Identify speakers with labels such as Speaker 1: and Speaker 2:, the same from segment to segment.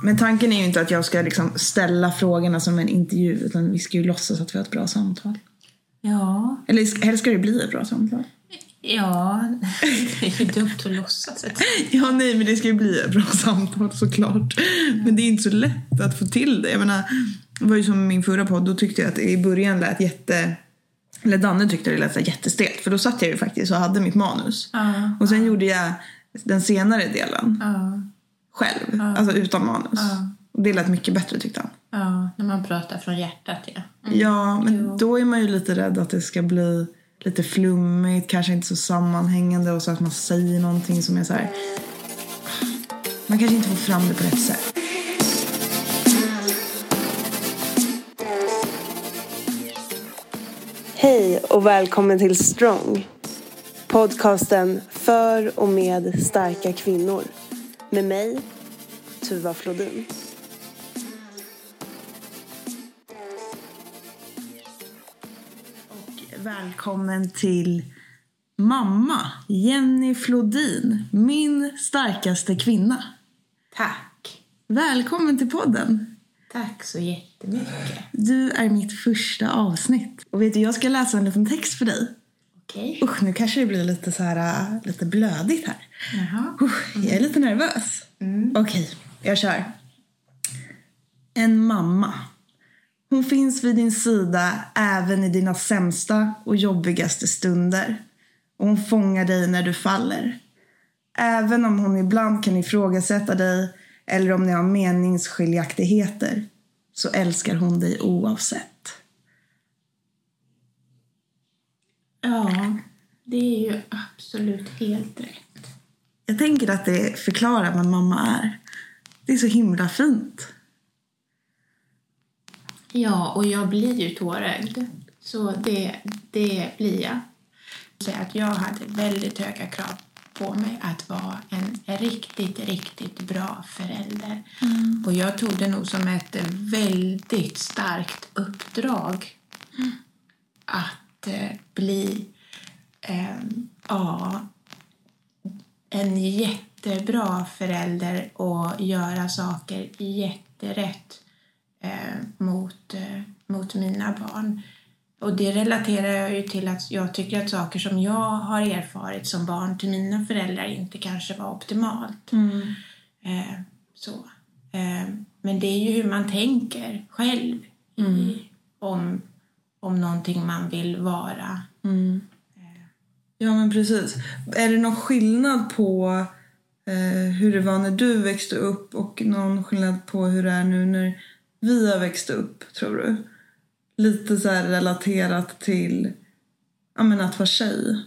Speaker 1: Men tanken är ju inte att jag ska liksom ställa frågorna som en intervju, utan vi ska ju låtsas att vi har ett bra samtal.
Speaker 2: Ja.
Speaker 1: Eller helst ska det bli ett bra samtal.
Speaker 2: Ja, det är ju dumt att låtsas.
Speaker 1: Ja, nej, men det ska ju bli ett bra samtal såklart. Men det är inte så lätt att få till det. Jag menar, det var ju som min förra podd, då tyckte jag att i början lät eller Danne tyckte det lät jättestelt. För då satt jag ju faktiskt och hade mitt manus. Och sen gjorde jag den senare delen själv, alltså utan manus. Och det lät mycket bättre tyckte han.
Speaker 2: Ja, när man pratar från hjärtat, ja.
Speaker 1: Ja, men då är man ju lite rädd att det ska bli lite flummigt, kanske inte så sammanhängande, och så att man säger någonting som är så här. Man kanske inte får fram det på rätt sätt.
Speaker 3: Hej och välkommen till Strong. Podcasten för och med starka kvinnor. Med mig, Tuva Flodin.
Speaker 1: Välkommen till mamma, Jenny Flodin, min starkaste kvinna.
Speaker 2: Tack.
Speaker 1: Välkommen till podden.
Speaker 2: Tack så jättemycket.
Speaker 1: Du är mitt första avsnitt. Och vet du, jag ska läsa en liten text för dig.
Speaker 2: Okej.
Speaker 1: Usch, nu kanske det blir lite så här, lite blödigt här.
Speaker 2: Jaha.
Speaker 1: Jag är lite nervös. Okej, jag kör. En mamma. Hon finns vid din sida även i dina sämsta och jobbigaste stunder. Och hon fångar dig när du faller. Även om hon ibland kan ifrågasätta dig eller om ni har meningsskiljaktigheter, så älskar hon dig oavsett.
Speaker 2: Ja, det är ju absolut helt rätt.
Speaker 1: Jag tänker att det förklarar vad mamma är. Det är så himla fint.
Speaker 2: Ja, och jag blir ju tårögd. Så det blir jag. Så att jag hade väldigt höga krav på mig att vara en riktigt, riktigt bra förälder. Och jag tog det nog som ett väldigt starkt uppdrag att bli en jättebra förälder och göra saker jätterätt mot mina barn. Och det relaterar jag ju till att jag tycker att saker som jag har erfarit som barn till mina föräldrar inte kanske var optimalt. Men det är ju hur man tänker själv om någonting man vill vara.
Speaker 1: Ja, men precis. Är det någon skillnad på hur det var när du växte upp och någon skillnad på hur det är nu när vi har växt upp, tror du? Lite så här relaterat till att vara tjej.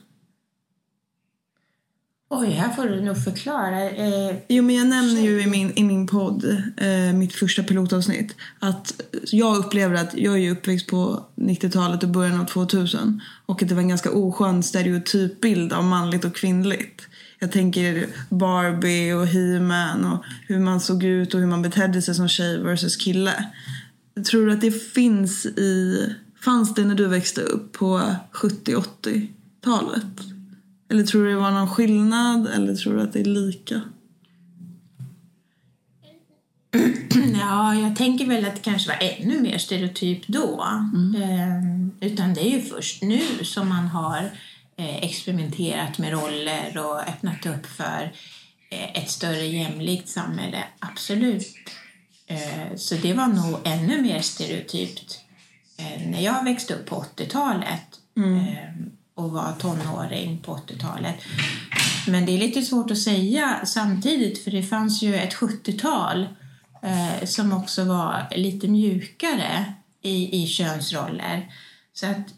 Speaker 2: Oj, här får du nog förklara.
Speaker 1: Jo, men jag nämner ju i min podd, mitt första pilotavsnitt, att jag upplever att jag är uppväxt på 90-talet och början av 2000. Och att det var en ganska oskön stereotypbild av manligt och kvinnligt. Jag tänker Barbie och He-Man och hur man såg ut och hur man betedde sig som tjej versus kille. Tror du att det fanns det när du växte upp på 70-80-talet? Eller tror du det var någon skillnad? Eller tror du att det är lika?
Speaker 2: Ja, jag tänker väl att det kanske var ännu mer stereotyp då. Utan det är ju först nu som man har experimenterat med roller och öppnat upp för ett större jämlikt samhälle. Absolut. Så det var nog ännu mer stereotypt när jag växte upp på 80-talet och var tonåring på 80-talet. Men det är lite svårt att säga samtidigt, för det fanns ju ett 70-tal som också var lite mjukare i könsroller. Så att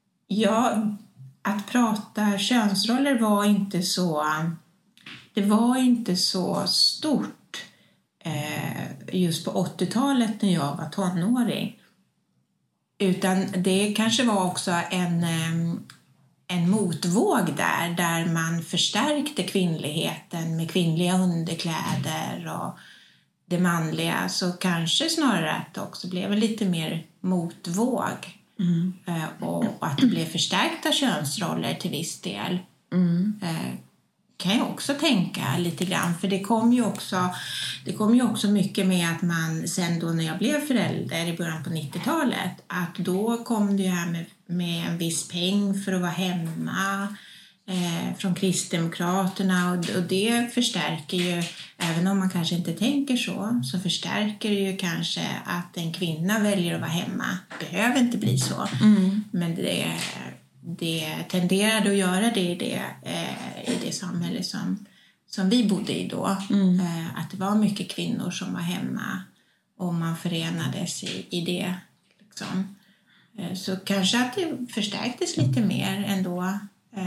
Speaker 2: att prata könsroller var inte så stort just på 80-talet när jag var tonåring. Utan det kanske var också en motvåg där man förstärkte kvinnligheten med kvinnliga underkläder och det manliga. Så kanske snarare att det också blev lite mer motvåg. Och att det blev förstärkta könsroller till viss del. kan jag också tänka lite grann. För det kom ju också mycket med att man sen då när jag blev förälder i början på 90-talet. Att då kom det här med en viss peng för att vara hemma från Kristdemokraterna. Och det förstärker ju, även om man kanske inte tänker så förstärker det ju kanske att en kvinna väljer att vara hemma. Det behöver inte bli så. Men det tenderade att göra det i det samhälle som vi bodde i då. Att det var mycket kvinnor som var hemma och man förenades i det. Liksom. Så kanske att det förstärktes lite mer ändå.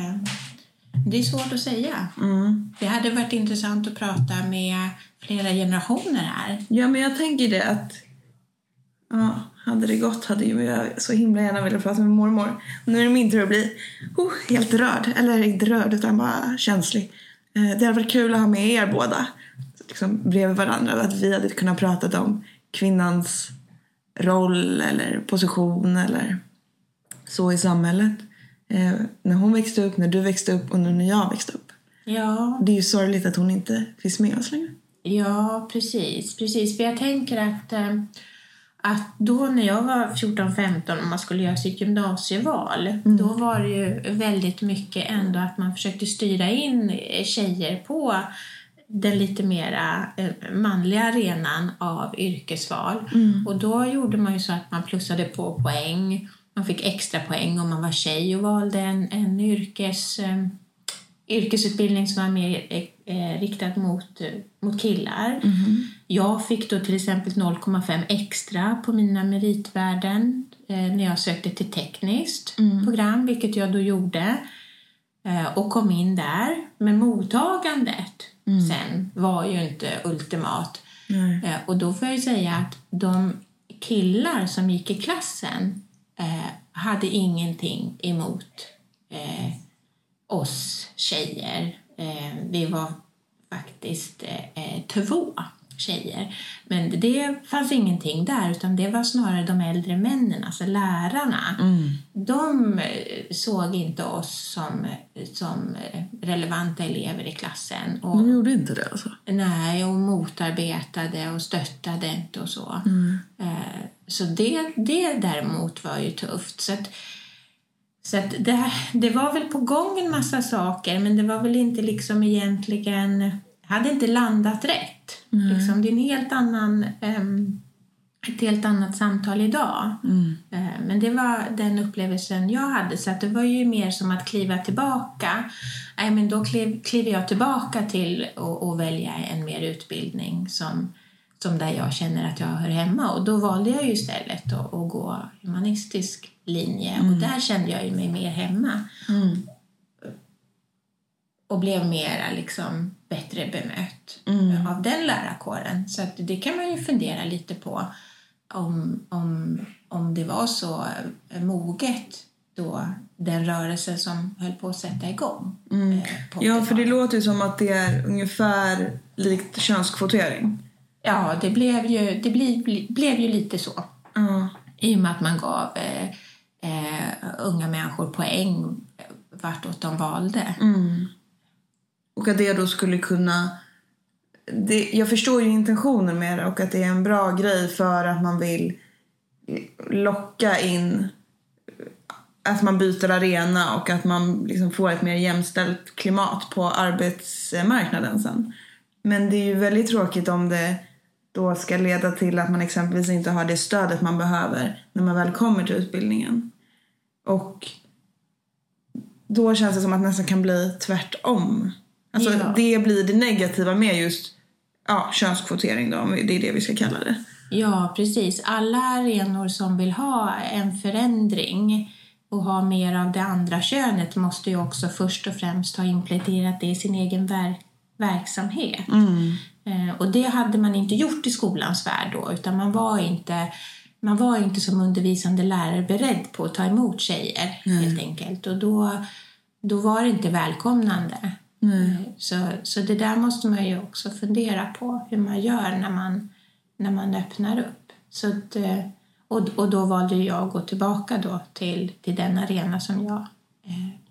Speaker 2: Det är svårt att säga. Det hade varit intressant att prata med flera generationer här.
Speaker 1: Ja, men jag tänker det att hade det gått hade jag så himla gärna velat prata med mormor. Och nu är det min tur att bli helt rörd. Eller inte rörd utan bara känslig. Det hade varit kul att ha med er båda. Liksom bredvid varandra. Att vi hade kunnat prata om kvinnans roll eller position eller så i samhället. När hon växte upp, när du växte upp och nu när jag växte upp.
Speaker 2: Ja.
Speaker 1: Det är ju sorgligt att hon inte finns med oss längre.
Speaker 2: Ja, precis. För jag tänker att då när jag var 14-15 och man skulle göra sitt gymnasieval, då var det ju väldigt mycket ändå att man försökte styra in tjejer på den lite mera manliga arenan av yrkesval. Och då gjorde man ju så att man plussade på poäng. Man fick extra poäng om man var tjej och valde en yrkesutbildning som var mer riktad mot killar. Jag fick då till exempel 0,5 extra på mina meritvärden när jag sökte till tekniskt program, vilket jag då gjorde och kom in där. Men mottagandet sen var ju inte ultimat. Och då får jag säga att de killar som gick i klassen hade ingenting emot oss tjejer. Vi var faktiskt 2 tjejer. Men det fanns ingenting där, utan det var snarare de äldre männen, alltså lärarna. De såg inte oss som relevanta elever i klassen. Och,
Speaker 1: De gjorde inte det alltså?
Speaker 2: Nej, och motarbetade och stöttade inte och så. Så det däremot var ju tufft. Så att det var väl på gång en massa saker, men det var väl inte liksom egentligen, hade inte landat rätt. Liksom, det är ett helt annat samtal idag. Men det var den upplevelsen jag hade, så att det var ju mer som att kliva tillbaka. Nej, men då kliver jag tillbaka till att välja en mer utbildning som där jag känner att jag hör hemma. Och då valde jag ju istället att gå humanistisk linje. Och där kände jag ju mig mer hemma. Och blev mer liksom bättre bemött av den lärarkåren. Så att det kan man ju fundera lite på. Om det var så moget då, den rörelse som höll på att sätta igång.
Speaker 1: Ja, för det låter ju som att det är ungefär likt könskvotering.
Speaker 2: Ja, det blev ju lite så. I och med att man gav unga människor poäng vartåt de valde.
Speaker 1: Och att det då skulle kunna... jag förstår ju intentionen med det, och att det är en bra grej för att man vill locka in att man byter arena och att man liksom får ett mer jämställt klimat på arbetsmarknaden sen. Men det är ju väldigt tråkigt om det då ska leda till att man exempelvis inte har det stödet man behöver när man väl kommer till utbildningen. Och då känns det som att det nästan kan bli tvärtom. Alltså det blir det negativa med just könskvotering då, om det är det vi ska kalla det. Ja,
Speaker 2: precis. Alla arenor som vill ha en förändring och ha mer av det andra könet måste ju också först och främst ha implementerat det i sin egen verksamhet. Och det hade man inte gjort i skolans värld då, utan man var inte som undervisande lärare beredd på att ta emot tjejer helt enkelt. Och då var det inte välkomnande. Så det där måste man ju också fundera på hur man gör när man öppnar upp. Så att, och då valde jag att gå tillbaka då till den arena som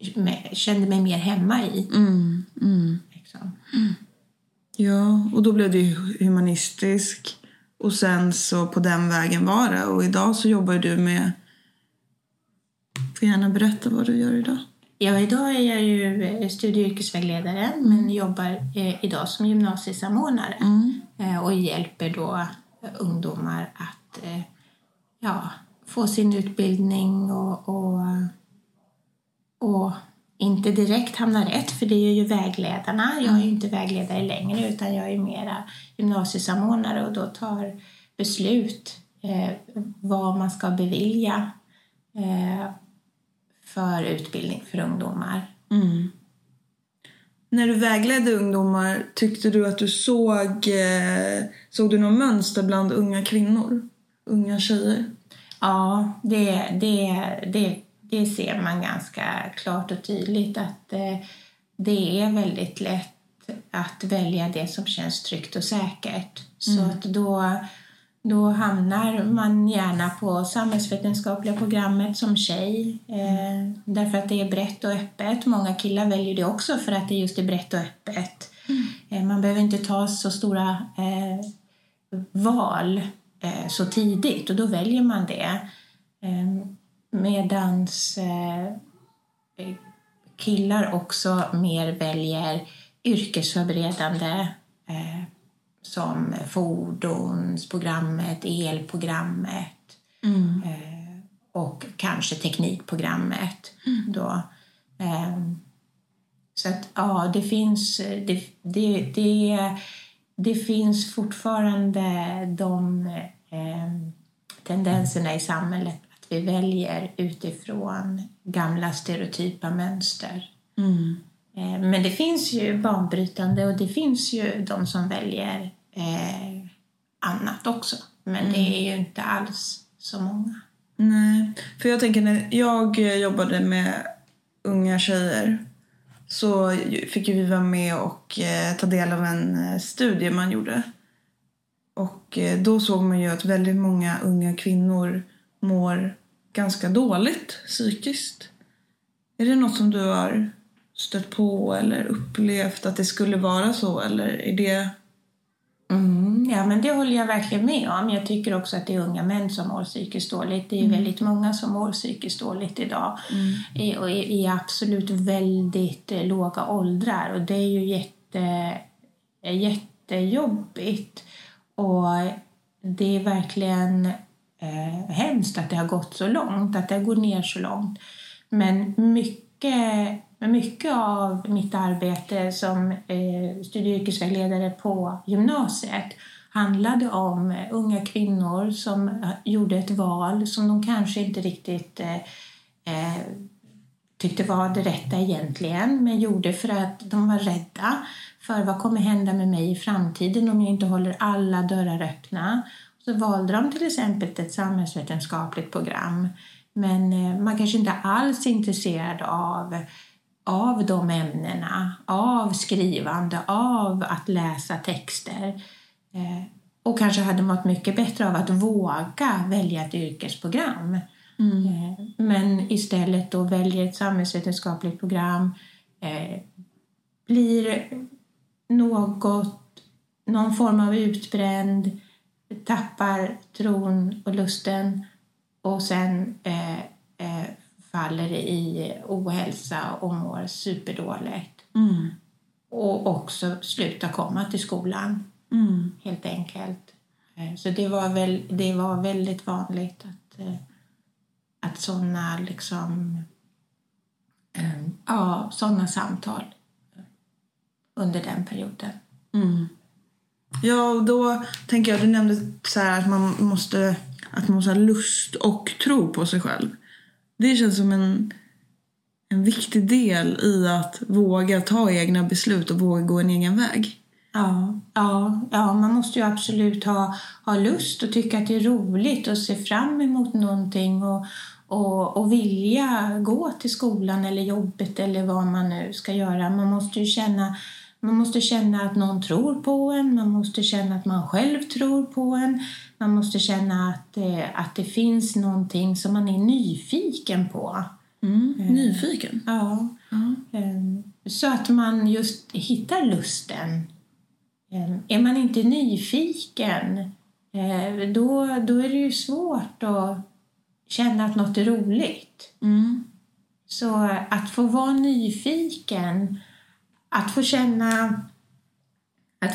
Speaker 2: kände mig mer hemma i. Liksom.
Speaker 1: Ja, och då blev det ju humanistisk. Och sen så på den vägen var det. Och idag så jobbar du med... Får gärna berätta vad du gör idag.
Speaker 2: Ja, idag är jag ju studie- och yrkesvägledare. Men jobbar idag som gymnasiesamordnare. Och hjälper då ungdomar att få sin utbildning och inte direkt hamna rätt, för det är ju vägledarna. Jag är ju inte vägledare längre, utan jag är mera gymnasiesamordnare och då tar beslut vad man ska bevilja för utbildning för ungdomar.
Speaker 1: När du vägledde ungdomar, tyckte du att du såg du någon mönster bland unga kvinnor? Unga tjejer?
Speaker 2: Ja, det ser man ganska klart och tydligt, att det är väldigt lätt att välja det som känns tryggt och säkert. Så att då hamnar man gärna på samhällsvetenskapliga programmet som tjej. Därför att det är brett och öppet. Många killar väljer det också för att det just är brett och öppet. Man behöver inte ta så stora val så tidigt, och då väljer man det. Medans killar också mer väljer yrkesförberedande som fordonsprogrammet, elprogrammet och kanske teknikprogrammet. Då. Så att ja, det finns fortfarande de tendenserna i samhället att vi väljer utifrån gamla stereotypa mönster. Men det finns ju banbrytande, och det finns ju de som väljer annat också. Men det är ju inte alls så många.
Speaker 1: Nej, för jag tänker när jag jobbade med unga tjejer så fick vi vara med och ta del av en studie man gjorde. Och då såg man ju att väldigt många unga kvinnor mår ganska dåligt psykiskt. Är det något som du har stött på eller upplevt att det skulle vara så, eller är det...
Speaker 2: Ja, men det håller jag verkligen med om. Jag tycker också att det är unga män som mår psykiskt dåligt. Det är väldigt många som mår psykiskt dåligt idag. Och i absolut väldigt låga åldrar. Och det är ju jättejobbigt. Och det är verkligen hemskt att det har gått så långt. Att det går ner så långt. Men mycket av mitt arbete som studie- och yrkesvägledare på gymnasiet handlade om unga kvinnor som gjorde ett val som de kanske inte riktigt tyckte var det rätta egentligen, men gjorde för att de var rädda för vad kommer hända med mig i framtiden om jag inte håller alla dörrar öppna. Så valde de till exempel ett samhällsvetenskapligt program, men man kanske inte alls är intresserad av de ämnena, av skrivande, av att läsa texter. Och kanske hade mått mycket bättre av att våga välja ett yrkesprogram. Men istället då väljer ett samhällsvetenskapligt program, blir någon form av utbränd, tappar tron och lusten och sen faller i ohälsa och mår superdåligt. Och också slutar komma till skolan. Helt enkelt. Så det var väldigt vanligt att sådana liksom sådana samtal under den perioden.
Speaker 1: Ja, och då tänker jag, du nämnde så här att man måste ha lust och tro på sig själv. Det känns som en viktig del i att våga ta egna beslut och våga gå en egen väg.
Speaker 2: Ja, man måste ju absolut ha lust och tycka att det är roligt och se fram emot någonting och vilja gå till skolan eller jobbet eller vad man nu ska göra. Man måste känna att någon tror på en, man måste känna att man själv tror på en, man måste känna att det finns någonting som man är nyfiken på.
Speaker 1: Nyfiken.
Speaker 2: Ja. Så att man just hittar lusten. Är man inte nyfiken, då är det ju svårt att känna att något är roligt. Så att få vara nyfiken, att få känna att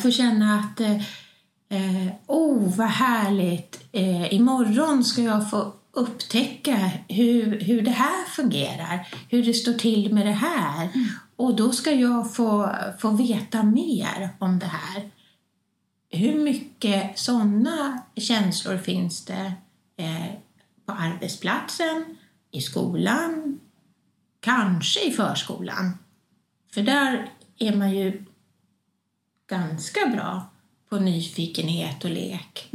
Speaker 2: vad härligt, imorgon ska jag få upptäcka hur det här fungerar, hur det står till med det här. Och då ska jag få veta mer om det här. Hur mycket sådana känslor finns det på arbetsplatsen, i skolan, kanske i förskolan? För där är man ju ganska bra på nyfikenhet och lek.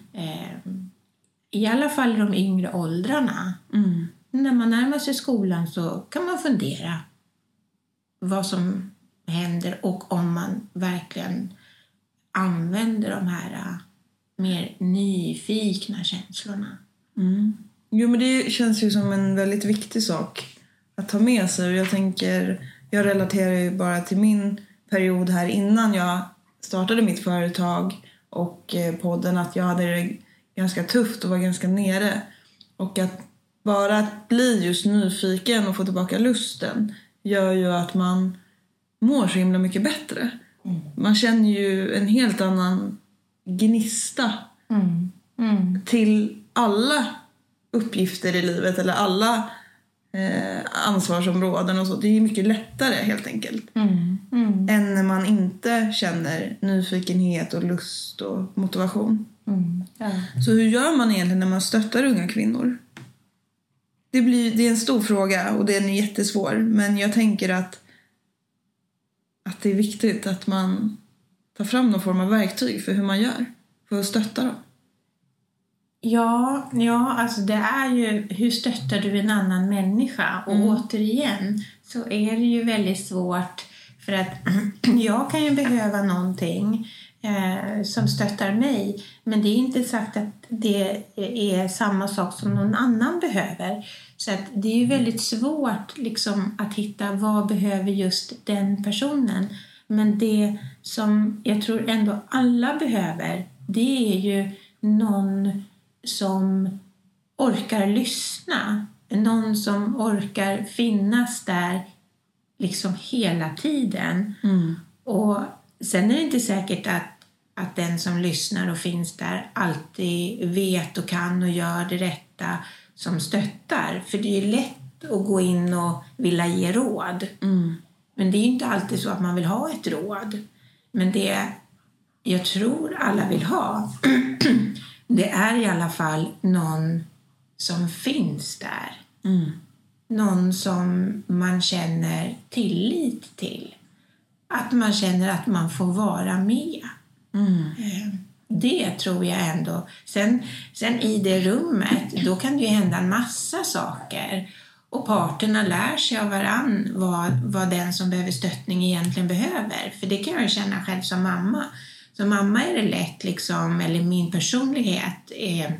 Speaker 2: I alla fall i de yngre åldrarna. När man närmar sig skolan så kan man fundera vad som händer och om man verkligen använder de här mer nyfikna känslorna.
Speaker 1: Jo, men det känns ju som en väldigt viktig sak att ta med sig. Och jag relaterar ju bara till min period här innan jag startade mitt företag och podden, att jag hade det ganska tufft och var ganska nere. Och att bara att bli just nyfiken och få tillbaka lusten gör ju att man mår så himla mycket bättre. Man känner ju en helt annan gnista till alla uppgifter i livet eller alla ansvarsområden och så. Det är mycket lättare helt enkelt än när man inte känner nyfikenhet och lust och motivation. Så hur gör man egentligen när man stöttar unga kvinnor? Det är en stor fråga och den är jättesvår, men jag tänker att det är viktigt att man tar fram någon form av verktyg för hur man gör för att stötta dem.
Speaker 2: Ja, alltså det är ju, hur stöttar du en annan människa? Och återigen så är det ju väldigt svårt, för att jag kan ju behöva någonting som stöttar mig, men det är inte sagt att det är samma sak som någon annan behöver. Så att det är ju väldigt svårt liksom att hitta vad behöver just den personen. Men det som jag tror ändå alla behöver, det är ju någon som orkar lyssna. Någon som orkar finnas där liksom hela tiden. Och sen är det inte säkert att den som lyssnar och finns där alltid vet och kan och gör det rätta som stöttar. För det är ju lätt att gå in och vilja ge råd. Men det är ju inte alltid så att man vill ha ett råd. Men det jag tror alla vill ha, det är i alla fall någon som finns där. Någon som man känner tillit till. Att man känner att man får vara med. Det tror jag ändå. Sen i det rummet, då kan det ju hända en massa saker. Och parterna lär sig av varann vad den som behöver stöttning egentligen behöver. För det kan jag känna själv som mamma. Som mamma är det lätt liksom, eller min personlighet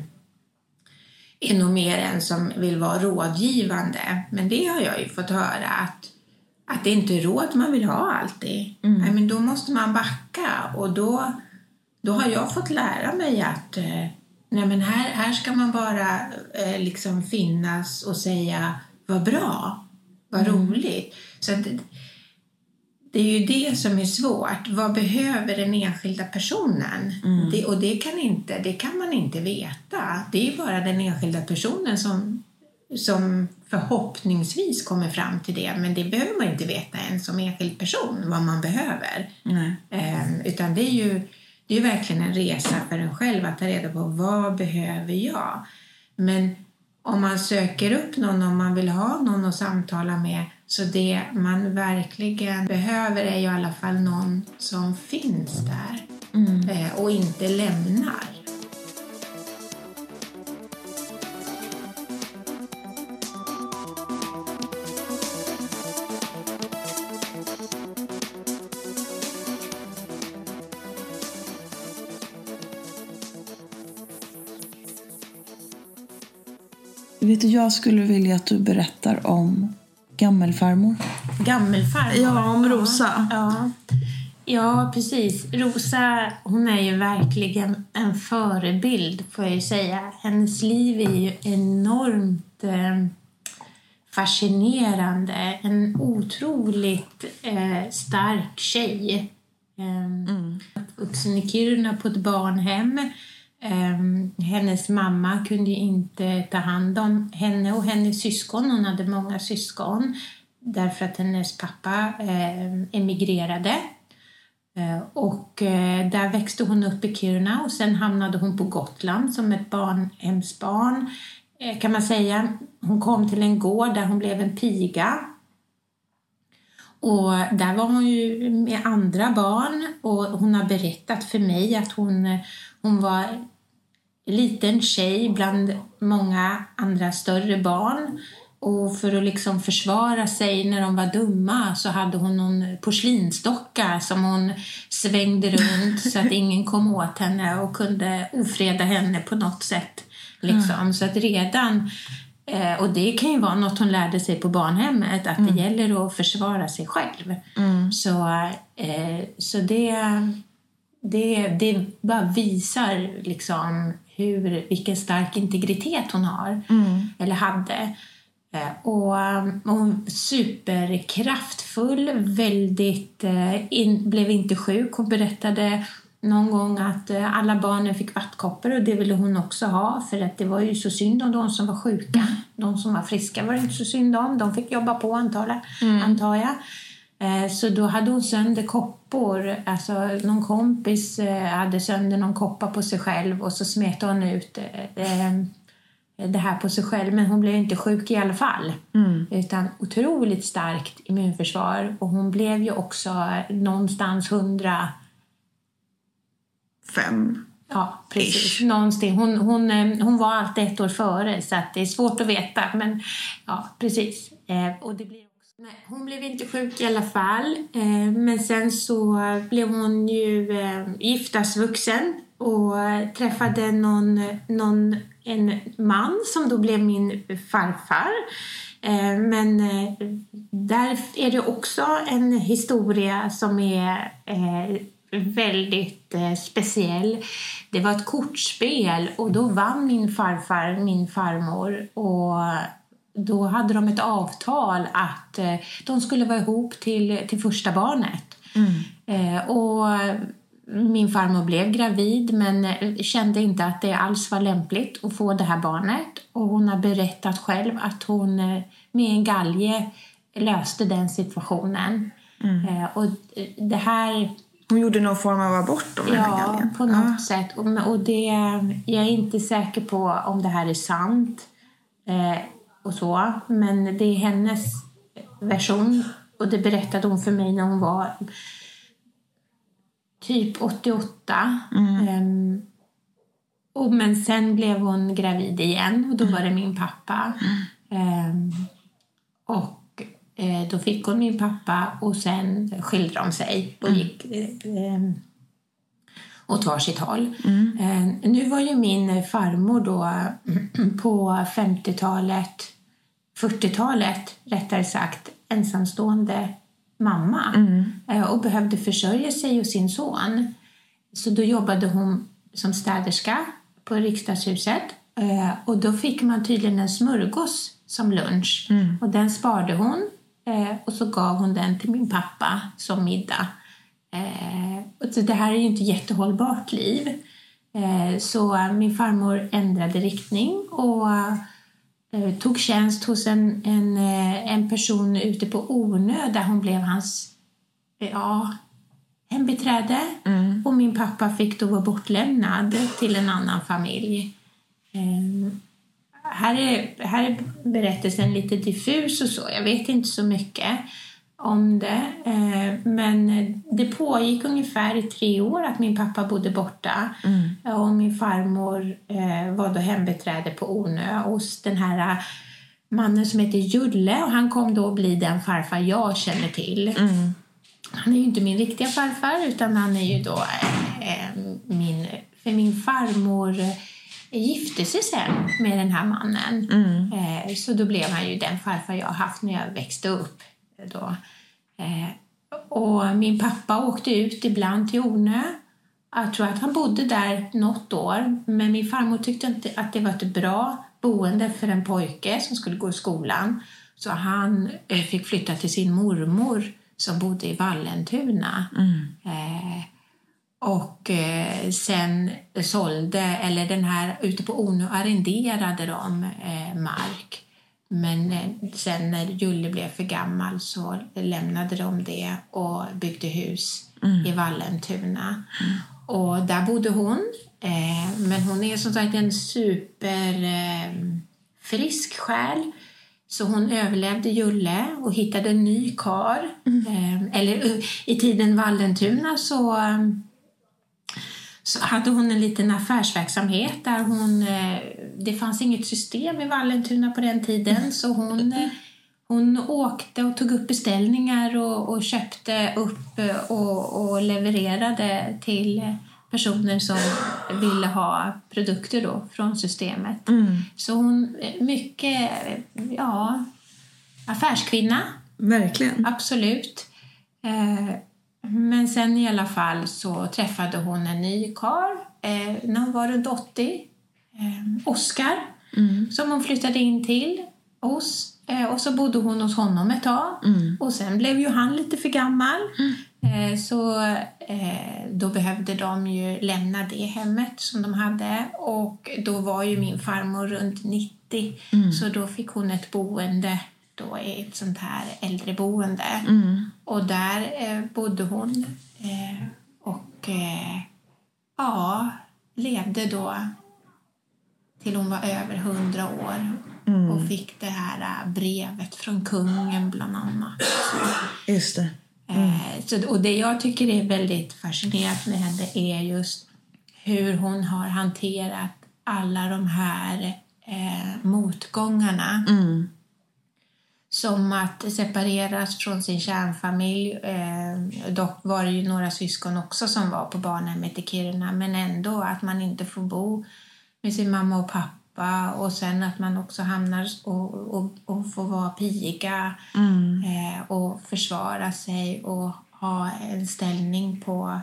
Speaker 2: är nog mer en som vill vara rådgivande. Men det har jag ju fått höra att det inte är råd man vill ha alltid. Nej, men då måste man backa. Och då har jag fått lära mig att nej, men här ska man bara liksom finnas och säga vad bra, vad roligt. Så att, det är ju det som är svårt. Vad behöver den enskilda personen? Det kan man inte veta. Det är ju bara den enskilda personen som förhoppningsvis kommer fram till det. Men det behöver man inte veta än som enskild person vad man behöver. Utan det är ju verkligen en resa för en själv att ta reda på vad behöver jag. Men om man söker upp någon, om man vill ha någon att samtala med, så det man verkligen behöver är ju i alla fall någon som finns där och inte lämnar.
Speaker 1: Vet du, jag skulle vilja att du berättar om gammelfarmor.
Speaker 2: Gammelfarmor?
Speaker 1: Ja, om Rosa.
Speaker 2: Ja, precis. Rosa, hon är ju verkligen en förebild, får jag ju säga. Hennes liv är ju enormt fascinerande. En otroligt stark tjej. Vuxen i Kiruna på ett barnhem. Hennes mamma kunde ju inte ta hand om henne och hennes syskon. Hon hade många syskon därför att hennes pappa emigrerade. Och där växte hon upp i Kiruna och sen hamnade hon på Gotland som ett barnhemsbarn, kan man säga. Hon kom till en gård där hon blev en piga. Och där var hon ju med andra barn och hon har berättat för mig att hon var en liten tjej bland många andra större barn. Och för att liksom försvara sig när de var dumma så hade hon någon porslinsdocka som hon svängde runt så att ingen kom åt henne och kunde ofreda henne på något sätt. Liksom. Så att redan, och det kan ju vara något hon lärde sig på barnhemmet, att det gäller att försvara sig själv. Så det bara visar liksom vilken stark integritet hon har eller hade. Och hon superkraftfull, väldigt blev inte sjuk. Hon berättade någon gång att alla barnen fick vattkoppor och det ville hon också ha, för att det var ju så synd om de som var sjuka. De som var friska var det inte så synd om. De fick jobba på antar jag. Så då hade hon sönder koppor. Alltså någon kompis hade sönder någon koppa på sig själv och så smet hon ut det här på sig själv, men hon blev inte sjuk i alla fall. Utan otroligt starkt immunförsvar, och hon blev ju också någonstans 105. Ja, precis. Någonstans. Hon var alltid ett år före, så att det är svårt att veta, men ja, precis. Och det blir också... Nej, hon blev inte sjuk i alla fall, men sen så blev hon ju giftasvuxen och träffade en man som då blev min farfar. Men där är det också en historia som är väldigt speciell. Det var ett kortspel och då vann min farfar min farmor, och då hade de ett avtal att de skulle vara ihop till första barnet. Och min farmor blev gravid men kände inte att det alls var lämpligt att få det här barnet. Och hon har berättat själv att hon med en galge löste den situationen. Och det här...
Speaker 1: Hon gjorde någon form av abort då med den här galgen?
Speaker 2: Ja, på något sätt. Och det, jag är inte säker på om det här är sant och så. Men det är hennes version. Och det berättade hon för mig när hon var... typ 88. Men sen blev hon gravid igen. Och då var det min pappa. Och då fick hon min pappa. Och sen skilde de sig. Och gick åt varsitt håll. Nu var ju min farmor då på 50-talet, 40-talet rättare sagt, ensamstående mamma och behövde försörja sig och sin son. Så då jobbade hon som städerska på riksdagshuset, och då fick man tydligen en smörgås som lunch, och den sparade hon och så gav hon den till min pappa som middag. Så det här är ju inte jättehållbart liv. Så min farmor ändrade riktning och tog tjänst hos en person ute på Ornö, där hon blev hans hembiträde. Och min pappa fick då vara bortlämnad till en annan familj. Här är berättelsen lite diffus och så. Jag vet inte så mycket om det. Men det pågick ungefär i 3 år att min pappa bodde borta. Och min farmor var då hembiträde på Ornö hos den här mannen som heter Julle. Och han kom då att bli den farfar jag känner till. Han är ju inte min riktiga farfar, utan han är ju då min farmor gifte sig sen med den här mannen. Så då blev han ju den farfar jag haft när jag växte upp då. Och min pappa åkte ut ibland till Ornö. Jag tror att han bodde där något år. Men min farmor tyckte inte att det var ett bra boende för en pojke som skulle gå i skolan. Så han fick flytta till sin mormor som bodde i Vallentuna. Och sen sålde, eller den här ute på Ornö arrenderade de mark. Men sen när Julle blev för gammal så lämnade de det och byggde hus i Vallentuna. Och där bodde hon. Men hon är som sagt en frisk själ. Så hon överlevde Julle och hittade en ny kar. Eller i tiden Vallentuna så hade hon en liten affärsverksamhet där det fanns inget system i Vallentuna på den tiden. Så hon åkte och tog upp beställningar och köpte upp och levererade till personer som ville ha produkter då från systemet. Så hon mycket affärskvinna.
Speaker 1: Verkligen.
Speaker 2: Absolut. Men sen i alla fall så träffade hon en ny karl när hon var runt 80. Oskar. Som hon flyttade in till oss. Och så bodde hon hos honom ett tag. Och sen blev ju han lite för gammal. Så då behövde de ju lämna det hemmet som de hade. Och då var ju min farmor runt 90. Så då fick hon ett boende då i ett sånt här äldreboende. Och där bodde hon och levde då till hon var över 100 år. Och fick det här brevet från kungen bland annat.
Speaker 1: Just det.
Speaker 2: Och det jag tycker är väldigt fascinerande med henne är just hur hon har hanterat alla de här motgångarna. Som att separeras från sin kärnfamilj. Dock var det ju några syskon också som var på barnhemmet i Kiruna. Men ändå att man inte får bo med sin mamma och pappa. Och sen att man också hamnar och får vara piga. Och försvara sig och ha en ställning på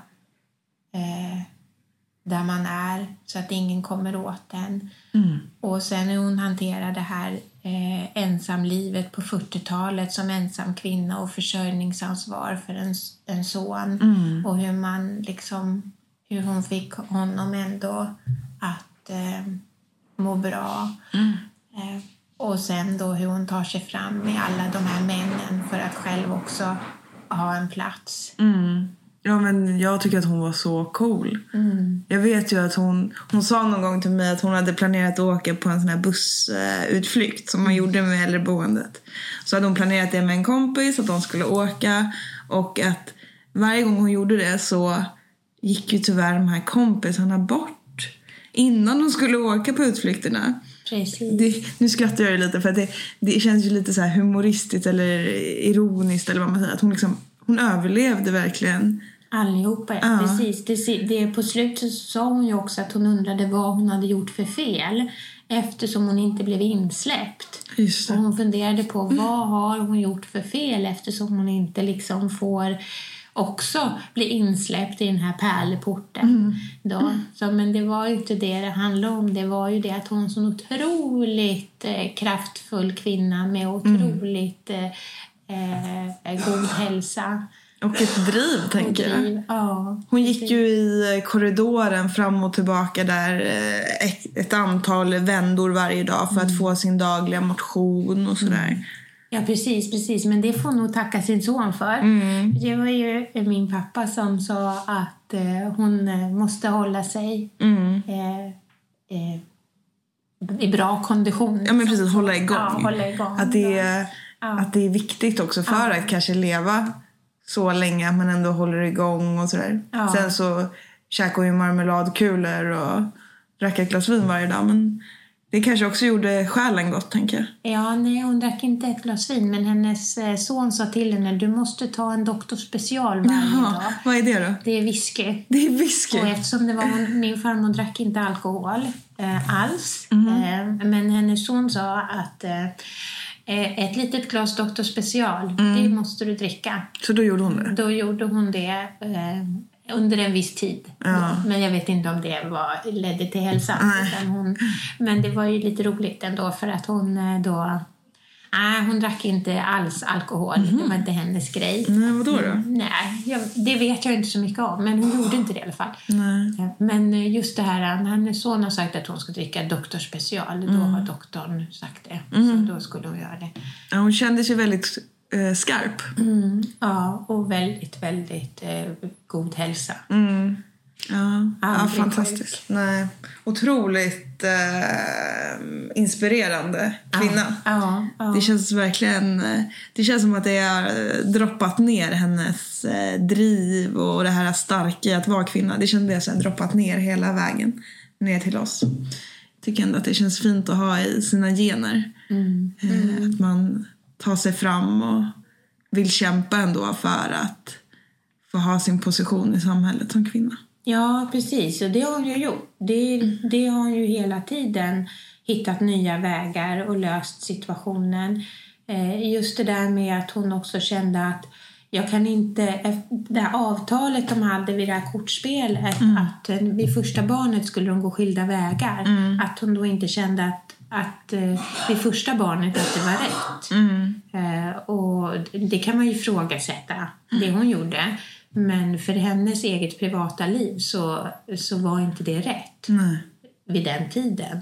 Speaker 2: där man är. Så att ingen kommer åt den. Och sen hur hon hanterar det här ensamlivet på 40-talet som ensam kvinna och försörjningsansvar för en son. Och hur man liksom, hur hon fick honom ändå att må bra. Och sen då hur hon tar sig fram med alla de här männen för att själv också ha en plats.
Speaker 1: Ja, men jag tycker att hon var så cool. Jag vet ju att hon sa någon gång till mig att hon hade planerat att åka på en sån här bussutflykt som man gjorde med äldreboendet. Så hade hon planerat det med en kompis att de skulle åka. Och att varje gång hon gjorde det så gick ju tyvärr de här kompisarna bort innan de skulle åka på utflykterna.
Speaker 2: Precis.
Speaker 1: Nu skrattar jag lite för att det känns ju lite så här humoristiskt eller ironiskt eller vad man säger. Att hon överlevde verkligen.
Speaker 2: Allihopa, precis. Det på slutet sa hon ju också att hon undrade vad hon hade gjort för fel. Eftersom hon inte blev insläppt.
Speaker 1: Just det.
Speaker 2: Och hon funderade på vad har hon gjort för fel eftersom hon inte liksom får också bli insläppt i den här pärleporten. Då. Så, men det var ju inte det handlade om. Det var ju det att hon är en så otroligt kraftfull kvinna med otroligt god hälsa.
Speaker 1: Och ett driv, tänker jag.
Speaker 2: Ja,
Speaker 1: hon gick ju i korridoren fram och tillbaka där ett antal vändor varje dag för att få sin dagliga motion och sådär.
Speaker 2: Ja, precis. Men det får nog tacka sin son för. Det var ju min pappa som sa att hon måste hålla sig i bra kondition.
Speaker 1: Ja, men precis. Hålla igång.
Speaker 2: Ja, hålla igång.
Speaker 1: Att det är viktigt också för att kanske leva så länge att man ändå håller igång och sådär. Ja. Sen så käkar hon ju marmeladkulor och drack ett glas vin varje dag. Men Det kanske också gjorde själen gott, tänker jag.
Speaker 2: Ja, nej, hon drack inte ett glas vin, men hennes son sa till henne, du måste ta en Dr. Special varje dag.
Speaker 1: Vad är det då?
Speaker 2: Det är whisky.
Speaker 1: Det är whisky.
Speaker 2: Och eftersom det var min farmor drack inte alkohol alls. Men hennes son sa att ett litet glas Dr. Special, det måste du dricka.
Speaker 1: Så då gjorde hon det?
Speaker 2: Då gjorde hon det under en viss tid.
Speaker 1: Ja.
Speaker 2: Men jag vet inte om det ledde till hälsa. Men det var ju lite roligt ändå, för att hon då... hon drack inte alls alkohol. Det var inte hennes grej.
Speaker 1: Nej, vadå då?
Speaker 2: Nej, det vet jag inte så mycket om. Men hon gjorde inte det i alla fall.
Speaker 1: Nej.
Speaker 2: Men just det här, när hennes son har sagt att hon ska dricka Dr. Special, då har doktorn sagt det. Så då skulle hon göra det.
Speaker 1: Ja, hon kände sig väldigt skarp.
Speaker 2: Ja, och väldigt, väldigt god hälsa.
Speaker 1: Ja, fantastiskt. Nej. Otroligt inspirerande kvinna.
Speaker 2: Ja.
Speaker 1: Det känns verkligen, det känns som att det har droppat ner hennes driv och det här starka i att vara kvinna. Det känns som att det har droppat ner hela vägen ner till oss. Jag tycker ändå att det känns fint att ha i sina gener. Att man tar sig fram och vill kämpa ändå för att få ha sin position i samhället som kvinna.
Speaker 2: Ja, precis. Och det har hon ju gjort. Det har hon ju hela tiden hittat nya vägar och löst situationen. Just det där med att hon också kände att jag kan inte... Det här avtalet de hade vid det här kortspelet, att vid första barnet skulle de gå skilda vägar. Att hon då inte kände att vid första barnet att det var rätt. Och det kan man ju ifrågasätta, det hon gjorde. Men för hennes eget privata liv så var inte det rätt.
Speaker 1: Nej.
Speaker 2: Vid den tiden.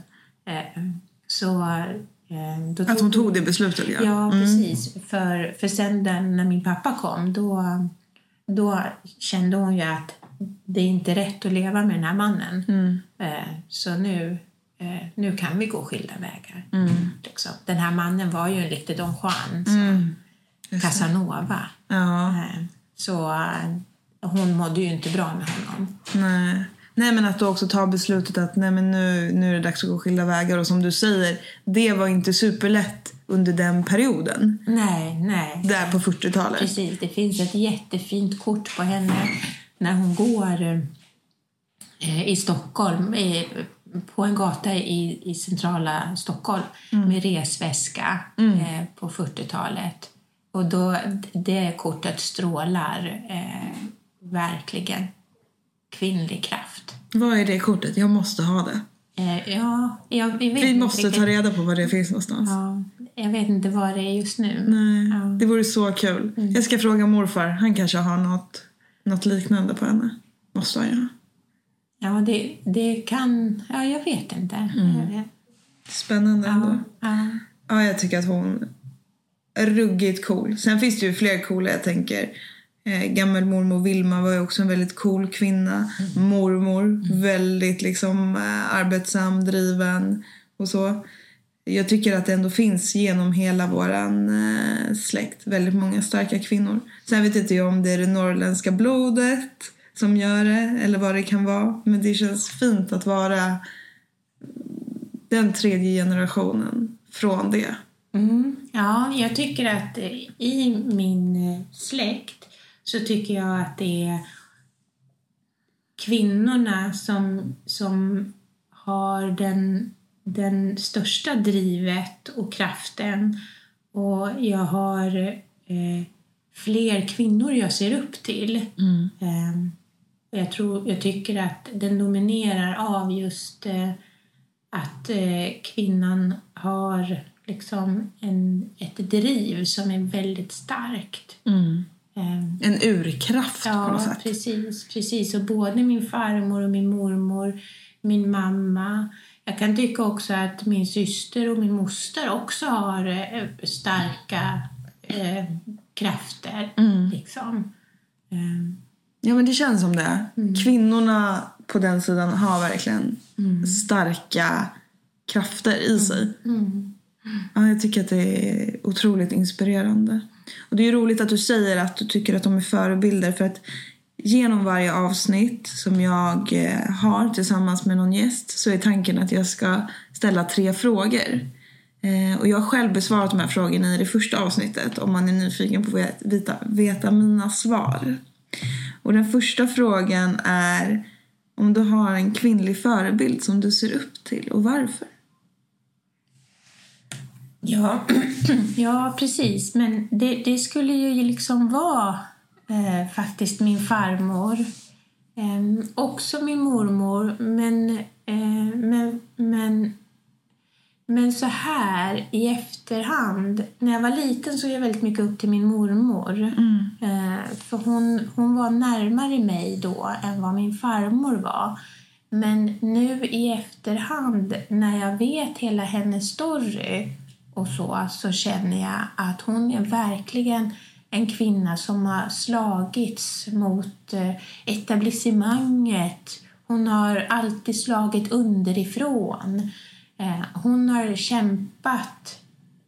Speaker 1: Att hon tog det beslutet, ja.
Speaker 2: Ja, precis. För sen när min pappa kom, då kände hon ju att det är inte rätt att leva med den här mannen. Så nu kan vi gå skilda vägar. Liksom. Den här mannen var ju en riktig Don Juan. Casanova.
Speaker 1: Ja.
Speaker 2: Så hon mådde ju inte bra med honom.
Speaker 1: Nej, men att du också tar beslutet att nej, men nu är det dags att gå skilda vägar. Och som du säger, det var inte superlätt under den perioden.
Speaker 2: Nej.
Speaker 1: Där på 40-talet.
Speaker 2: Precis, det finns ett jättefint kort på henne när hon går i Stockholm, på en gata i centrala Stockholm med resväska på 40-talet. Och då, det kortet strålar verkligen kvinnlig kraft.
Speaker 1: Vad är det kortet? Jag måste ha det. Vi måste ta reda på vad det finns någonstans.
Speaker 2: Ja, jag vet inte vad det är just nu.
Speaker 1: Nej, det vore så kul. Jag ska fråga morfar. Han kanske har något liknande på henne. Måste han göra.
Speaker 2: Ja, det kan... Ja, jag vet inte.
Speaker 1: Spännande ändå. Ja, jag tycker att hon är ruggigt cool. Sen finns det ju fler coola, jag tänker. Gammelmormor Vilma var ju också en väldigt cool kvinna. Mormor, väldigt liksom arbetsam, driven och så. Jag tycker att det ändå finns genom hela våran släkt väldigt många starka kvinnor. Sen vet inte jag om det är det norrländska blodet som gör det eller vad det kan vara. Men det känns fint att vara den tredje generationen från det.
Speaker 2: Ja, jag tycker att i min släkt så tycker jag att det är kvinnorna som har den största drivet och kraften. Och jag har fler kvinnor jag ser upp till. Jag tycker att den dominerar av just att kvinnan har liksom ett driv som är väldigt starkt.
Speaker 1: En urkraft på något sätt.
Speaker 2: Precis. Och både min farmor och min mormor, min mamma. Jag kan tycka också att min syster och min moster också har starka krafter. Liksom.
Speaker 1: Ja, men det känns som det. Kvinnorna på den sidan har verkligen starka krafter i sig. Ja, jag tycker att det är otroligt inspirerande. Och det är ju roligt att du säger att du tycker att de är förebilder. För att genom varje avsnitt som jag har tillsammans med någon gäst så är tanken att jag ska ställa 3 frågor. Och jag har själv besvarat de här frågorna i det första avsnittet om man är nyfiken på att veta mina svar. Och den första frågan är om du har en kvinnlig förebild som du ser upp till och varför?
Speaker 2: Ja, precis. Men det skulle ju liksom vara faktiskt min farmor. Också min mormor. Men så här i efterhand. När jag var liten så är jag väldigt mycket upp till min mormor. För hon var närmare mig då än vad min farmor var. Men nu i efterhand när jag vet hela hennes story och så känner jag att hon är verkligen en kvinna som har slagits mot etablissemanget. Hon har alltid slagit underifrån. Hon har kämpat.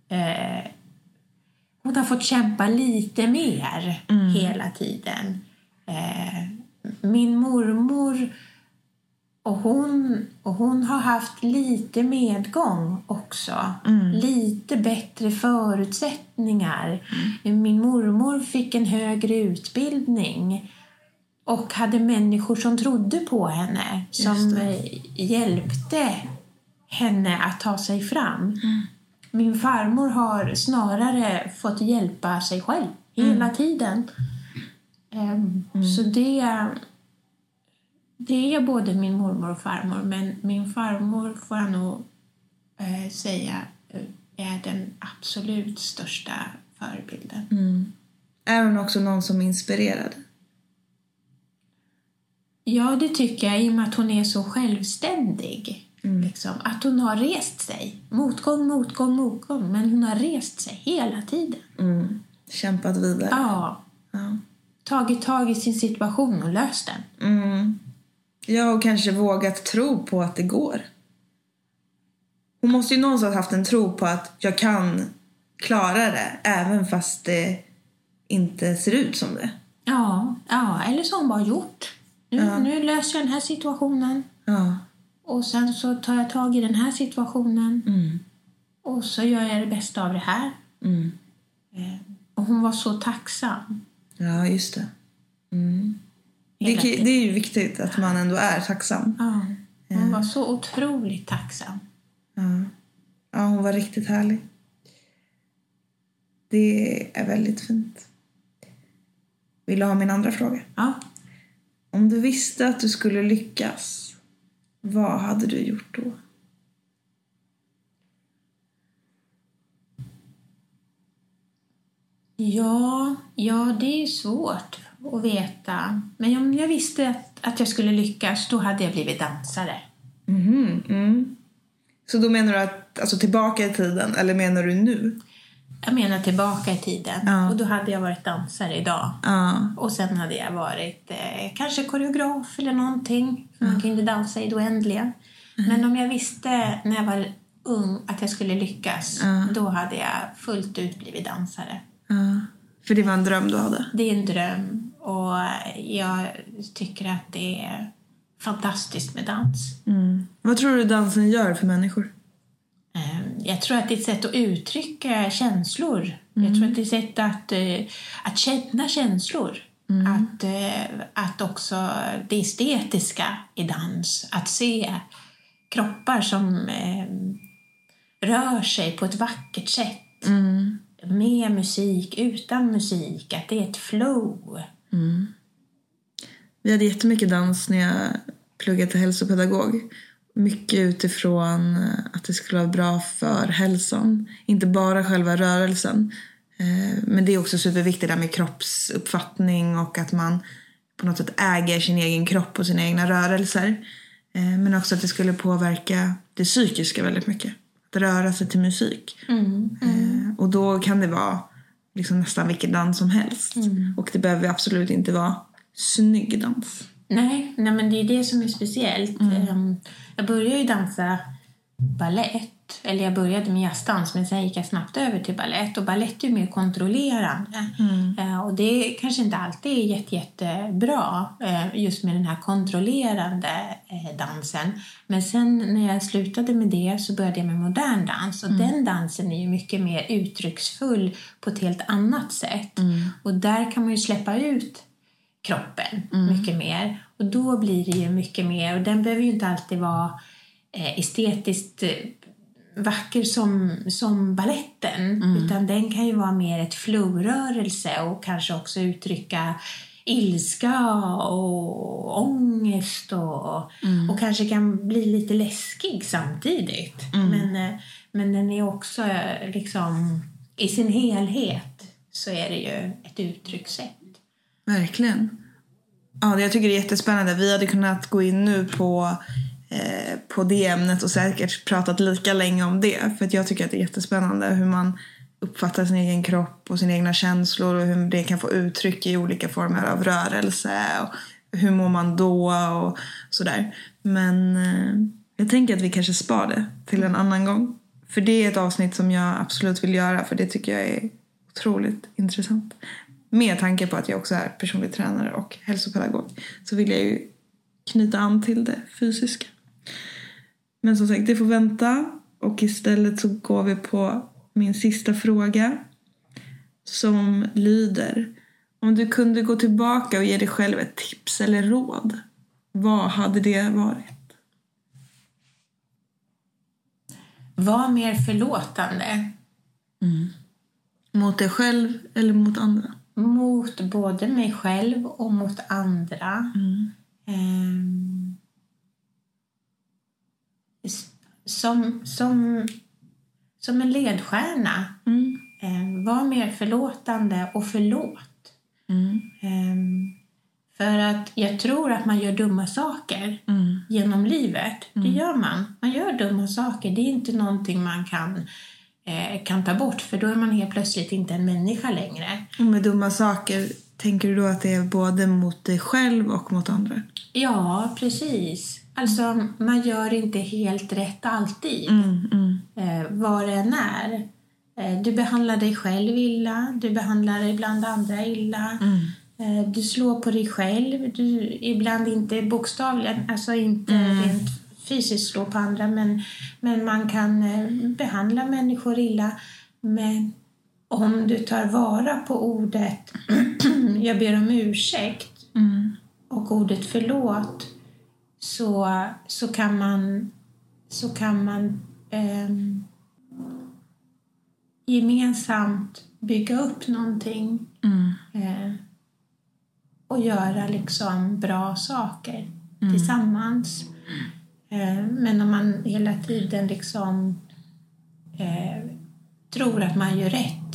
Speaker 2: Hon har fått kämpa lite mer hela tiden. Min mormor och hon har haft lite medgång också. Lite bättre förutsättningar. Min mormor fick en högre utbildning. Och hade människor som trodde på henne. Som hjälpte henne att ta sig fram. Min farmor har snarare fått hjälpa sig själv hela tiden. Så det är både min mormor och farmor. Men min farmor får jag nog säga är den absolut största förebilden.
Speaker 1: Är hon också någon som är inspirerad?
Speaker 2: Ja, det tycker jag i och med att hon är så självständig. Liksom. Att hon har rest sig. Motgång. Men hon har rest sig hela tiden.
Speaker 1: Kämpat vidare.
Speaker 2: Ja. Tagit tag i sin situation och löst den.
Speaker 1: Ja, och kanske vågat tro på att det går. Hon måste ju någonstans haft en tro på att jag kan klara det. Även fast det inte ser ut som det.
Speaker 2: Ja, eller så har hon bara gjort. Nu löser jag den här situationen.
Speaker 1: Ja.
Speaker 2: Och sen så tar jag tag i den här situationen. Och så gör jag det bästa av det här. Och hon var så tacksam.
Speaker 1: Ja, just det. Det är ju viktigt att man ändå är tacksam.
Speaker 2: Ja, hon var så otroligt tacksam.
Speaker 1: Ja, hon var riktigt härlig. Det är väldigt fint. Vill du ha min andra fråga?
Speaker 2: Ja.
Speaker 1: Om du visste att du skulle lyckas, vad hade du gjort då?
Speaker 2: Ja, det är svårt att veta. Men om jag visste att jag skulle lyckas, då hade jag blivit dansare.
Speaker 1: Så då menar du att alltså tillbaka i tiden, eller menar du nu?
Speaker 2: Jag menar tillbaka i tiden. Och då hade jag varit dansare idag. Och sen hade jag varit kanske koreograf eller någonting. Man kunde dansa i det oändliga. Men om jag visste när jag var ung att jag skulle lyckas, då hade jag fullt ut blivit dansare.
Speaker 1: För det var en dröm du hade?
Speaker 2: Det är en dröm. Och jag tycker att det är fantastiskt med dans.
Speaker 1: Vad tror du dansen gör för människor?
Speaker 2: Jag tror att det är ett sätt att uttrycka känslor. Jag tror att det är ett sätt att känna känslor. Att också det estetiska i dans. Att se kroppar som rör sig på ett vackert sätt. Med musik, utan musik. Att det är ett flow.
Speaker 1: Vi hade jättemycket dans när jag pluggade till hälsopedagog. Mycket utifrån att det skulle vara bra för hälsan. Inte bara själva rörelsen. Men det är också superviktigt där med kroppsuppfattning. Och att man på något sätt äger sin egen kropp och sina egna rörelser. Men också att det skulle påverka det psykiska väldigt mycket. Att röra sig till musik. Och då kan det vara liksom nästan vilken dans som helst. Och det behöver absolut inte vara snygg dans.
Speaker 2: Nej, men det är det som är speciellt. Jag började ju dansa ballett Eller jag började med jazzdans, men sen gick jag snabbt över till ballett. Och ballett är ju mer kontrollerande. Och det kanske inte alltid är jättebra just med den här kontrollerande dansen. Men sen när jag slutade med det så började jag med modern dans. Och den dansen är ju mycket mer uttrycksfull på ett helt annat sätt. Och där kan man ju släppa ut kroppen mycket mer. Och då blir det ju mycket mer. Och den behöver ju inte alltid vara estetiskt vacker som balletten. Utan den kan ju vara mer ett flowrörelse och kanske också uttrycka ilska och ångest och kanske kan bli lite läskig samtidigt. Men den är också liksom i sin helhet så är det ju ett uttryckssätt.
Speaker 1: Verkligen. Ja, jag tycker det är jättespännande. Vi hade kunnat gå in nu på det ämnet och säkert pratat lika länge om det. För att jag tycker att det är jättespännande hur man uppfattar sin egen kropp och sina egna känslor och hur det kan få uttryck i olika former av rörelse och hur mår man då och sådär. Men jag tänker att vi kanske spar det till en annan gång. För det är ett avsnitt som jag absolut vill göra, för det tycker jag är otroligt intressant. Med tanke på att jag också är personlig tränare och hälsopedagog så vill jag ju knyta an till det fysiska. Men som sagt, det får vänta. Och istället så går vi på min sista fråga. Som lyder: om du kunde gå tillbaka och ge dig själv ett tips eller råd, vad hade det varit?
Speaker 2: Var mer förlåtande.
Speaker 1: Mot dig själv eller mot andra?
Speaker 2: Mot både mig själv och mot andra. Som en ledstjärna. Var mer förlåtande och förlåt. För att jag tror att man gör dumma saker genom livet. Det gör man. Man gör dumma saker. Det är inte någonting man kan ta bort. För då är man helt plötsligt inte en människa längre.
Speaker 1: Och med dumma saker, tänker du då att det är både mot dig själv och mot andra?
Speaker 2: Ja, precis. Alltså, man gör inte helt rätt alltid. Vad det än är. Du behandlar dig själv illa. Du behandlar ibland andra illa. Du slår på dig själv. Du ibland inte bokstavligen, alltså inte rent fysiskt slå på andra. Men man kan behandla människor illa. Men om du tar vara på ordet jag ber om ursäkt och ordet förlåt, så kan man gemensamt bygga upp någonting och göra liksom bra saker tillsammans. Men om man hela tiden liksom tror att man gör rätt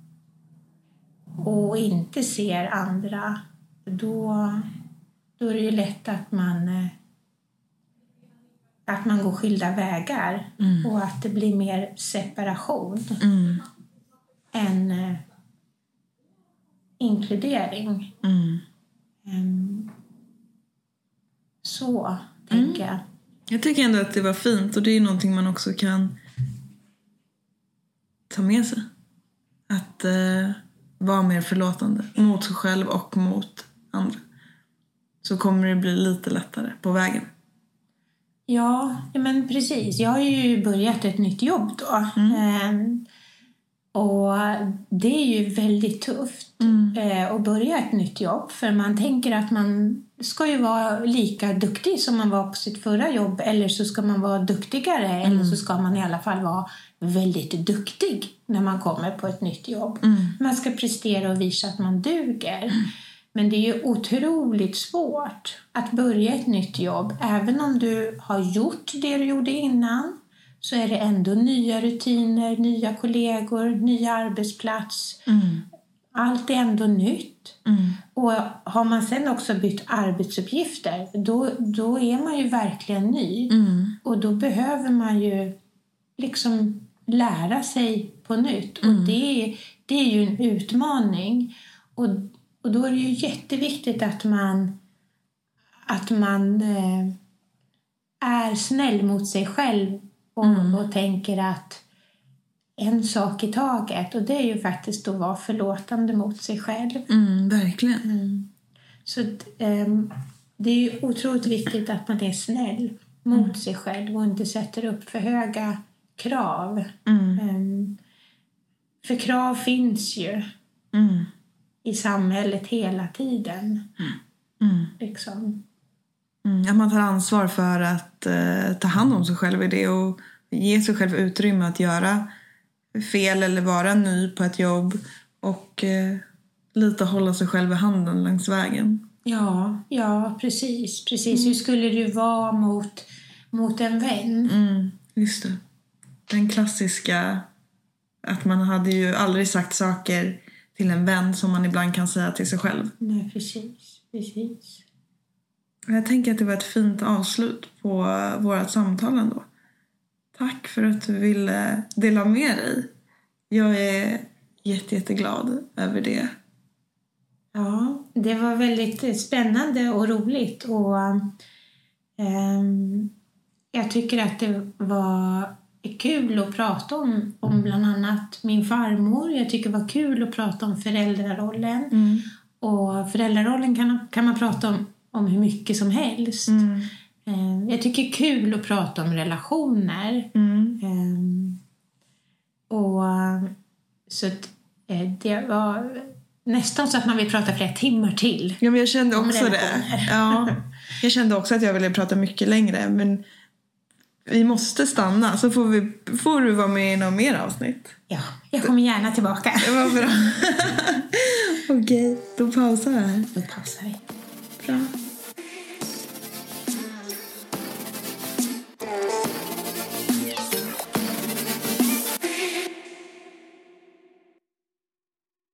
Speaker 2: och inte ser andra, då är det ju lätt att man går skilda vägar och att det blir mer separation än inkludering. Så tänker jag.
Speaker 1: Jag tycker ändå att det var fint, och det är någonting man också kan ta med sig. Att vara mer förlåtande mot sig själv och mot andra. Så kommer det bli lite lättare på vägen.
Speaker 2: Ja, men precis. Jag har ju börjat ett nytt jobb då. Och det är ju väldigt tufft att börja ett nytt jobb. För man tänker att man ska ju vara lika duktig som man var på sitt förra jobb. Eller så ska man vara duktigare. Eller så ska man i alla fall vara väldigt duktig när man kommer på ett nytt jobb. Man ska prestera och visa att man duger. Men det är ju otroligt svårt att börja ett nytt jobb. Även om du har gjort det du gjorde innan, så är det ändå nya rutiner, nya kollegor, nya arbetsplats. Allt är ändå nytt. Och har man sen också bytt arbetsuppgifter, då är man ju verkligen ny. Och då behöver man ju liksom lära sig på nytt. Och det är ju en utmaning. Och då är det ju jätteviktigt att man är snäll mot sig själv och tänker att en sak i taget. Och det är ju faktiskt att vara förlåtande mot sig själv.
Speaker 1: Verkligen.
Speaker 2: Så det är ju otroligt viktigt att man är snäll mot sig själv och inte sätter upp för höga krav. För krav finns ju i samhället hela tiden. Liksom.
Speaker 1: Att man tar ansvar för att ta hand om sig själv i det och ge sig själv utrymme att göra fel eller vara ny på ett jobb och lite hålla sig själv i handen längs vägen.
Speaker 2: Ja, precis. Hur skulle du vara mot en vän?
Speaker 1: Just det. Den klassiska, att man hade ju aldrig sagt saker till en vän som man ibland kan säga till sig själv.
Speaker 2: Nej, precis.
Speaker 1: Jag tänker att det var ett fint avslut på våra samtal ändå. Tack för att du ville dela med dig. Jag är jätteglad över det.
Speaker 2: Ja, det var väldigt spännande och roligt. Och jag tycker att det var kul att prata om bland annat min farmor. Jag tycker det var kul att prata om föräldrarollen. Och föräldrarollen kan man prata om hur mycket som helst. Jag tycker det är kul att prata om relationer. Och så det var nästan så att man vill prata flera timmar till.
Speaker 1: Ja, men jag kände också det. Ja, jag kände också att jag ville prata mycket längre. Men vi måste stanna. Så får du vara med i några mer avsnitt.
Speaker 2: Ja, jag kommer gärna tillbaka.
Speaker 1: Det var bra. Okej, då pausar vi här.
Speaker 2: Då pausar vi.
Speaker 1: Bra.